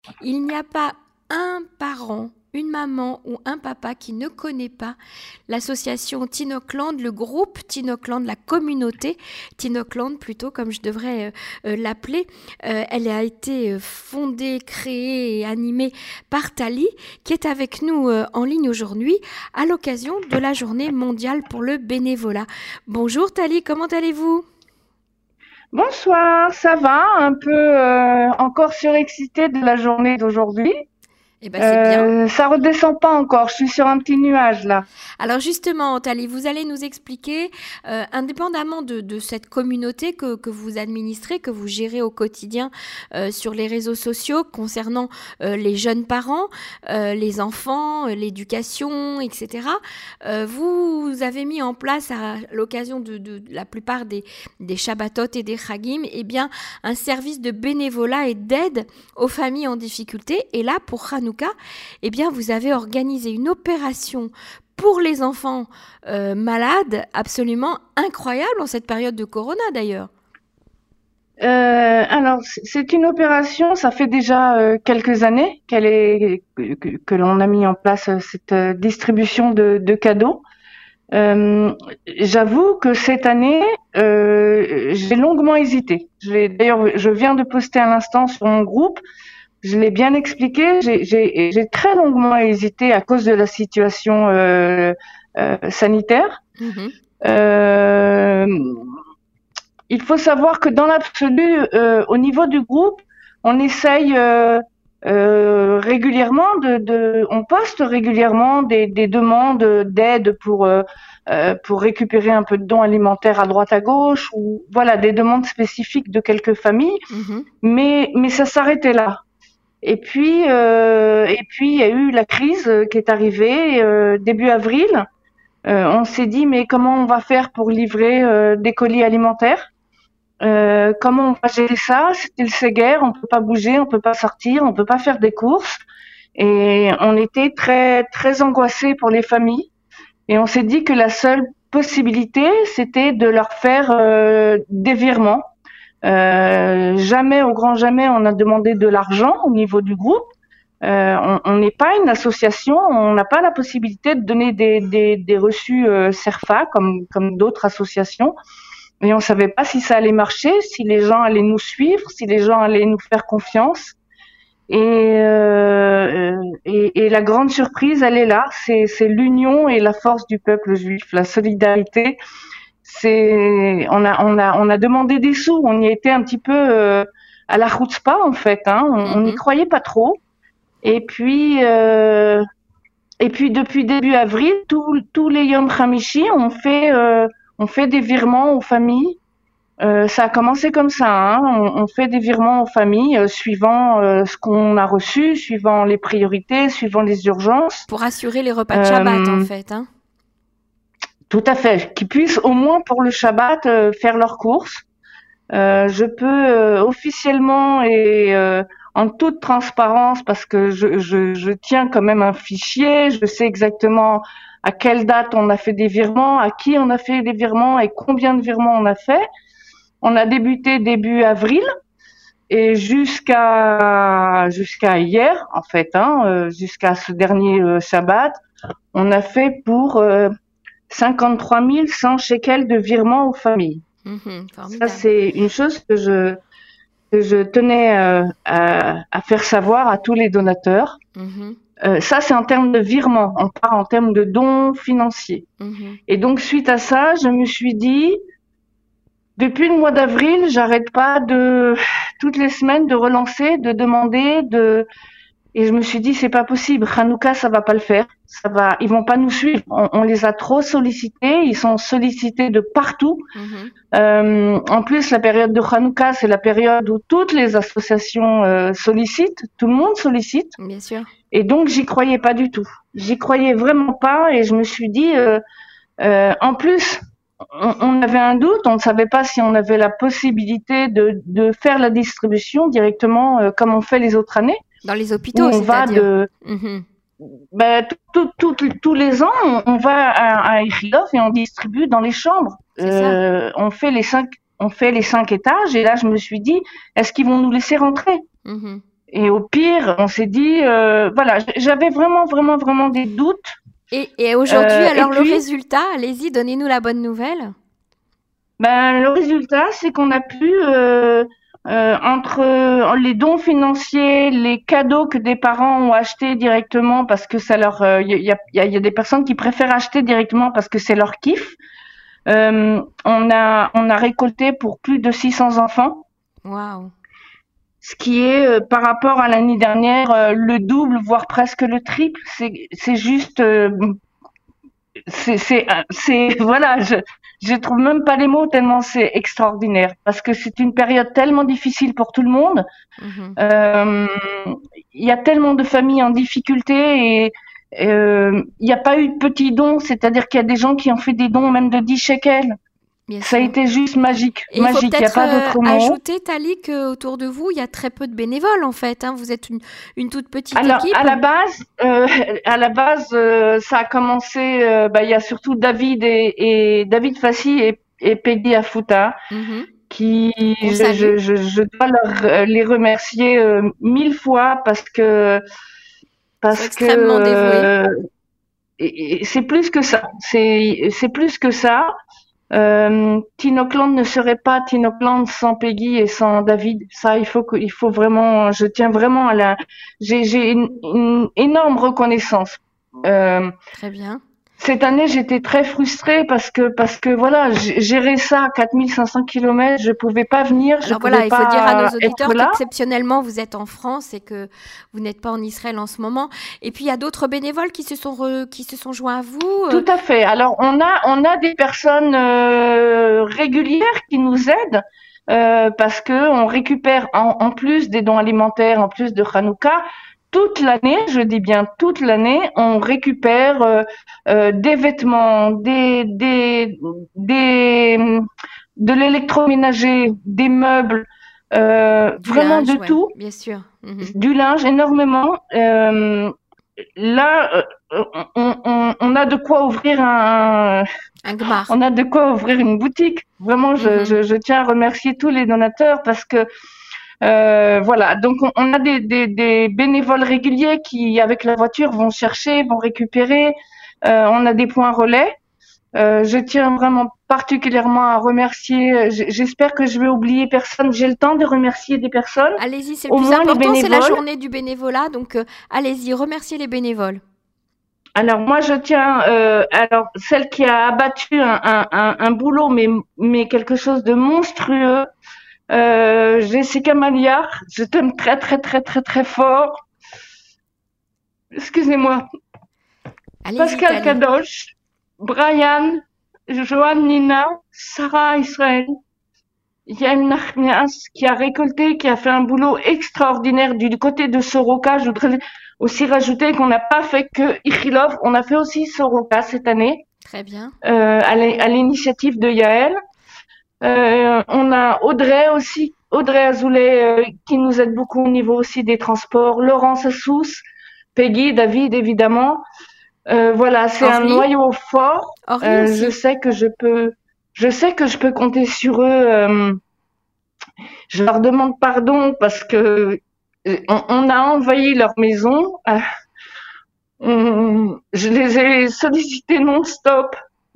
Il n'y a pas un parent, une maman ou un papa qui ne connaît pas l'association Tinocland, le groupe Tinocland, la communauté Tinocland plutôt, comme je devrais l'appeler. Elle a été fondée, créée et animée par Tali, qui est avec nous en ligne aujourd'hui à l'occasion de la journée mondiale pour le bénévolat. Bonjour Tali, comment allez-vous? Bonsoir, ça va? Un peu encore surexcitée de la journée d'aujourd'hui. Eh ben c'est bien. Ça redescend pas encore, je suis sur un petit nuage là. Alors justement, Thalie, vous allez nous expliquer, indépendamment de cette communauté que vous administrez, que vous gérez au quotidien sur les réseaux sociaux concernant les jeunes parents, les enfants, l'éducation, etc. Vous avez mis en place à l'occasion de la plupart des Shabbatot et des Chagim, eh bien, un service de bénévolat et d'aide aux familles en difficulté. Et là, pour Hanouka, eh bien, vous avez organisé une opération pour les enfants malades, absolument incroyable en cette période de Corona d'ailleurs. Alors, c'est une opération, ça fait déjà quelques années que l'on a mis en place cette distribution de cadeaux. Euh, J'avoue que cette année, j'ai longuement hésité. D'ailleurs, je viens de poster à l'instant sur mon groupe. Je l'ai bien expliqué. J'ai très longuement hésité à cause de la situation sanitaire. Mhm. Euh, il faut savoir que dans l'absolu, au niveau du groupe, on essaye régulièrement on poste régulièrement des demandes d'aide pour récupérer un peu de dons alimentaires à droite à gauche ou voilà des demandes spécifiques de quelques familles, Mhm. mais ça s'arrêtait là. Et puis il y a eu la crise qui est arrivée début avril. On s'est dit mais comment on va faire pour livrer des colis alimentaires? Comment on va gérer ça? C'était le Séguer, on peut pas bouger, on peut pas sortir, on peut pas faire des courses. Et on était très très angoissés pour les familles. Et on s'est dit que la seule possibilité, c'était de leur faire des virements. Jamais, au grand jamais, on a demandé de l'argent au niveau du groupe. On n'est pas une association, on n'a pas la possibilité de donner des reçus CERFA comme d'autres associations. Et on savait pas si ça allait marcher, si les gens allaient nous suivre, si les gens allaient nous faire confiance. Et la grande surprise, elle est là. C'est l'union et la force du peuple juif, la solidarité. On a demandé des sous. On y était un petit peu à la chutzpah en fait. Hein. On n'y Mhm. croyait pas trop. Et puis, euh, et puis depuis début avril, tous les Yom Hamishi, on fait des virements aux familles. Ça a commencé comme ça. Hein. On fait des virements aux familles suivant ce qu'on a reçu, suivant les priorités, suivant les urgences. Pour assurer les repas de Shabbat en Euh, fait. Hein. Tout à fait. Qu'ils puissent au moins pour le Shabbat faire leurs courses. Je peux officiellement et en toute transparence, parce que je tiens quand même un fichier, je sais exactement à quelle date on a fait des virements, à qui on a fait des virements et combien de virements on a fait. On a débuté début avril et jusqu'à hier en fait, hein, jusqu'à ce dernier Shabbat, on a fait pour 53 100 shekels de virements aux familles. Mhm. Ça Formidable. c'est une chose que je tenais à faire savoir à tous les donateurs. Mhm. Ça c'est en termes de virements, on part en termes de dons financiers. Mhm. Et donc suite à ça, je me suis dit depuis le mois d'avril, j'arrête pas de toutes les semaines de relancer, de demander, et je me suis dit c'est pas possible. Hanouka, ça va pas le faire. Ils vont pas nous suivre. On les a trop sollicités. Ils sont sollicités de partout. Mhm. En plus, la période de Hanouka, c'est la période où toutes les associations sollicitent. Tout le monde sollicite. Bien sûr. Et donc j'y croyais pas du tout. J'y croyais vraiment pas. Et je me suis dit en plus, on avait un doute, on ne savait pas si on avait la possibilité de faire la distribution directement comme on fait les autres années, Dans les où hôpitaux, on va c'est-à-dire. Mhm. tous les ans, on va à Ichilov et on distribue dans les chambres. C'est ça. On fait les cinq étages et là je me suis dit, est-ce qu'ils vont nous laisser rentrer? Mhm. Et au pire, on s'est dit, voilà, j'avais vraiment, vraiment, vraiment des doutes. Et aujourd'hui, Et alors le puis, résultat, allez-y, donnez-nous la bonne nouvelle. ben, le résultat, c'est qu'on a pu, entre les dons financiers, les cadeaux que des parents ont achetés directement parce que ça leur, il y a des personnes qui préfèrent acheter directement parce que c'est leur kiff. On a récolté pour plus de 600 enfants, Waouh. ce qui est par rapport à l'année dernière le double, voire presque le triple. C'est juste, voilà, je trouve même pas les mots tellement c'est extraordinaire parce que c'est une période tellement difficile pour tout le monde. Mhm. Euh, Il y a tellement de familles en difficulté et il n'y a pas eu de petits dons, c'est-à-dire qu'il y a des gens qui ont fait des dons même de 10 shekels. Bien Ça a sûr. été juste magique, Et il faut magique, il n'y a peut-être pas d'autre mot. ajouter, Tali, qu'autour de vous, il y a très peu de bénévoles en fait, hein. Vous êtes une toute petite Alors, équipe. à la base, ça a commencé. Il y a surtout David et David Fassi et Peggy Afuta Mhm. qui, Qu'on salue. je dois les remercier mille fois Ils sont parce que extrêmement dévoués. et c'est plus que ça. C'est plus que ça. Tinokland ne serait pas Tinokland sans Peggy et sans David. Ça, il faut vraiment, je tiens vraiment j'ai une énorme reconnaissance. Euh, Très bien. Cette année, j'étais très frustrée parce que voilà, gérer ça à 4500 kilomètres, je pouvais pas venir, je Alors pouvais voilà, il faut dire à nos pas être auditeurs là. qu'exceptionnellement, vous êtes en France et que vous n'êtes pas en Israël en ce moment. Et puis, il y a d'autres bénévoles qui se sont joints à vous. Tout à fait. Alors, on a des personnes régulières qui nous aident parce que on récupère en plus des dons alimentaires, en plus de Hanouka, toute l'année, je dis bien toute l'année, on récupère des vêtements, des de l'électroménager, des meubles, Du vraiment de linge, ouais, tout, bien sûr. Mhm. du linge énormément. Là, on a de quoi ouvrir Un gmar. on a de quoi ouvrir une boutique. Vraiment, Mhm. je tiens à remercier tous les donateurs parce que voilà. Donc, on a des bénévoles réguliers qui, avec la voiture, vont chercher, vont récupérer. On a des points relais. Je tiens vraiment particulièrement à remercier. J'espère que je vais oublier personne. J'ai le temps de remercier des personnes, Allez-y, c'est le au plus moins les important, c'est la bénévoles. journée du bénévolat. Donc, allez-y, remerciez les bénévoles. Alors moi je tiens, alors celle qui a abattu un boulot mais quelque chose de monstrueux, Jessica Maliard, je t'aime très très très très très fort. Excusez-moi. Allez-y, Pascal Tali. Kadosh, Brian, Joanne Nina, Sarah Israël, Yael Nachmias qui a récolté, qui a fait un boulot extraordinaire du côté de Soroka. Je voudrais aussi rajouter qu'on n'a pas fait que Ichilov, on a fait aussi Soroka cette année. Très bien. À l'initiative de Yael. On a Audrey aussi, Audrey Azoulay, qui nous aide beaucoup au niveau aussi des transports, Laurence Assous, Peggy, David évidemment. Voilà, c'est un Orly. noyau fort. Orly Je aussi. sais que je peux compter sur eux. Je leur demande pardon parce que on a envahi leur maison. Je les ai sollicités non-stop.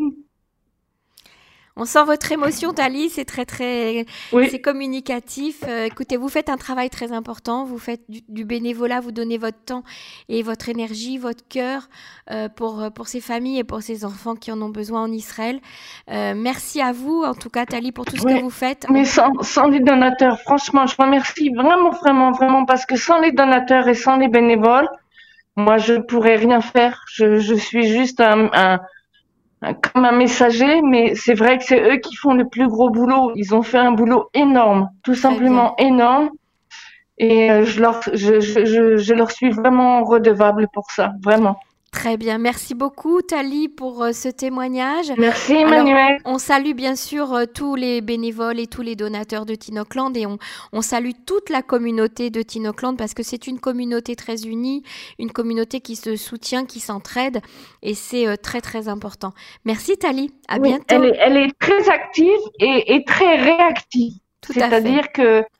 On sent votre émotion, Tali, c'est Oui, communicatif. Écoutez, vous faites un travail très important, vous faites du bénévolat, vous donnez votre temps et votre énergie, votre cœur pour ces familles et pour ces enfants qui en ont besoin en Israël. Merci à vous, en tout cas, Tali, pour tout ce que oui. vous faites. Mais sans les donateurs, franchement, je remercie vraiment, vraiment, vraiment, parce que sans les donateurs et sans les bénévoles, moi, je pourrais rien faire. Je suis juste comme un messager, mais c'est vrai que c'est eux qui font le plus gros boulot. Ils ont fait un boulot énorme, tout Très bien. simplement énorme. Et je leur suis vraiment redevable pour ça, vraiment. Très bien. Merci beaucoup, Tali, pour ce témoignage. Merci, Alors, Emmanuel. on salue bien sûr tous les bénévoles et tous les donateurs de Tinokland et on salue toute la communauté de Tinokland parce que c'est une communauté très unie, une communauté qui se soutient, qui s'entraide et c'est très très important. Merci, Tali. À Oui, bientôt. elle est très active et très réactive. Tout à fait. C'est-à-dire que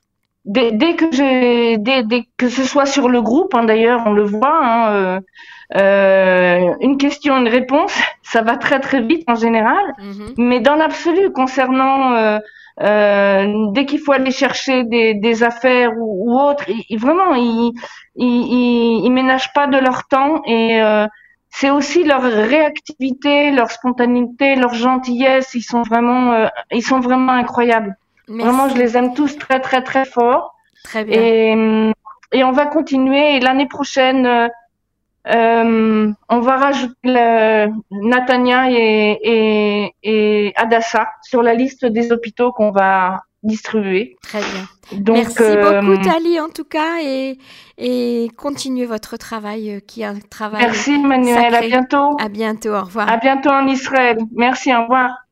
dès que ce soit sur le groupe, hein, d'ailleurs, on le voit, hein, une question, une réponse, ça va très très vite en général. Mais dans l'absolu, concernant dès qu'il faut aller chercher des affaires ou autres, vraiment, ils ménagent pas de leur temps et c'est aussi leur réactivité, leur spontanéité, leur gentillesse. Ils sont vraiment incroyables. Merci. Vraiment, je les aime tous très très très fort. Très bien. Et on va continuer. Et l'année prochaine, on va rajouter Natania et Adassa sur la liste des hôpitaux qu'on va distribuer. Très bien. Donc, merci beaucoup, Thalie, en tout cas, et continuez votre travail, qui est un travail merci, Manuel. sacré. À bientôt. À bientôt. Au revoir. À bientôt en Israël. Merci. Au revoir.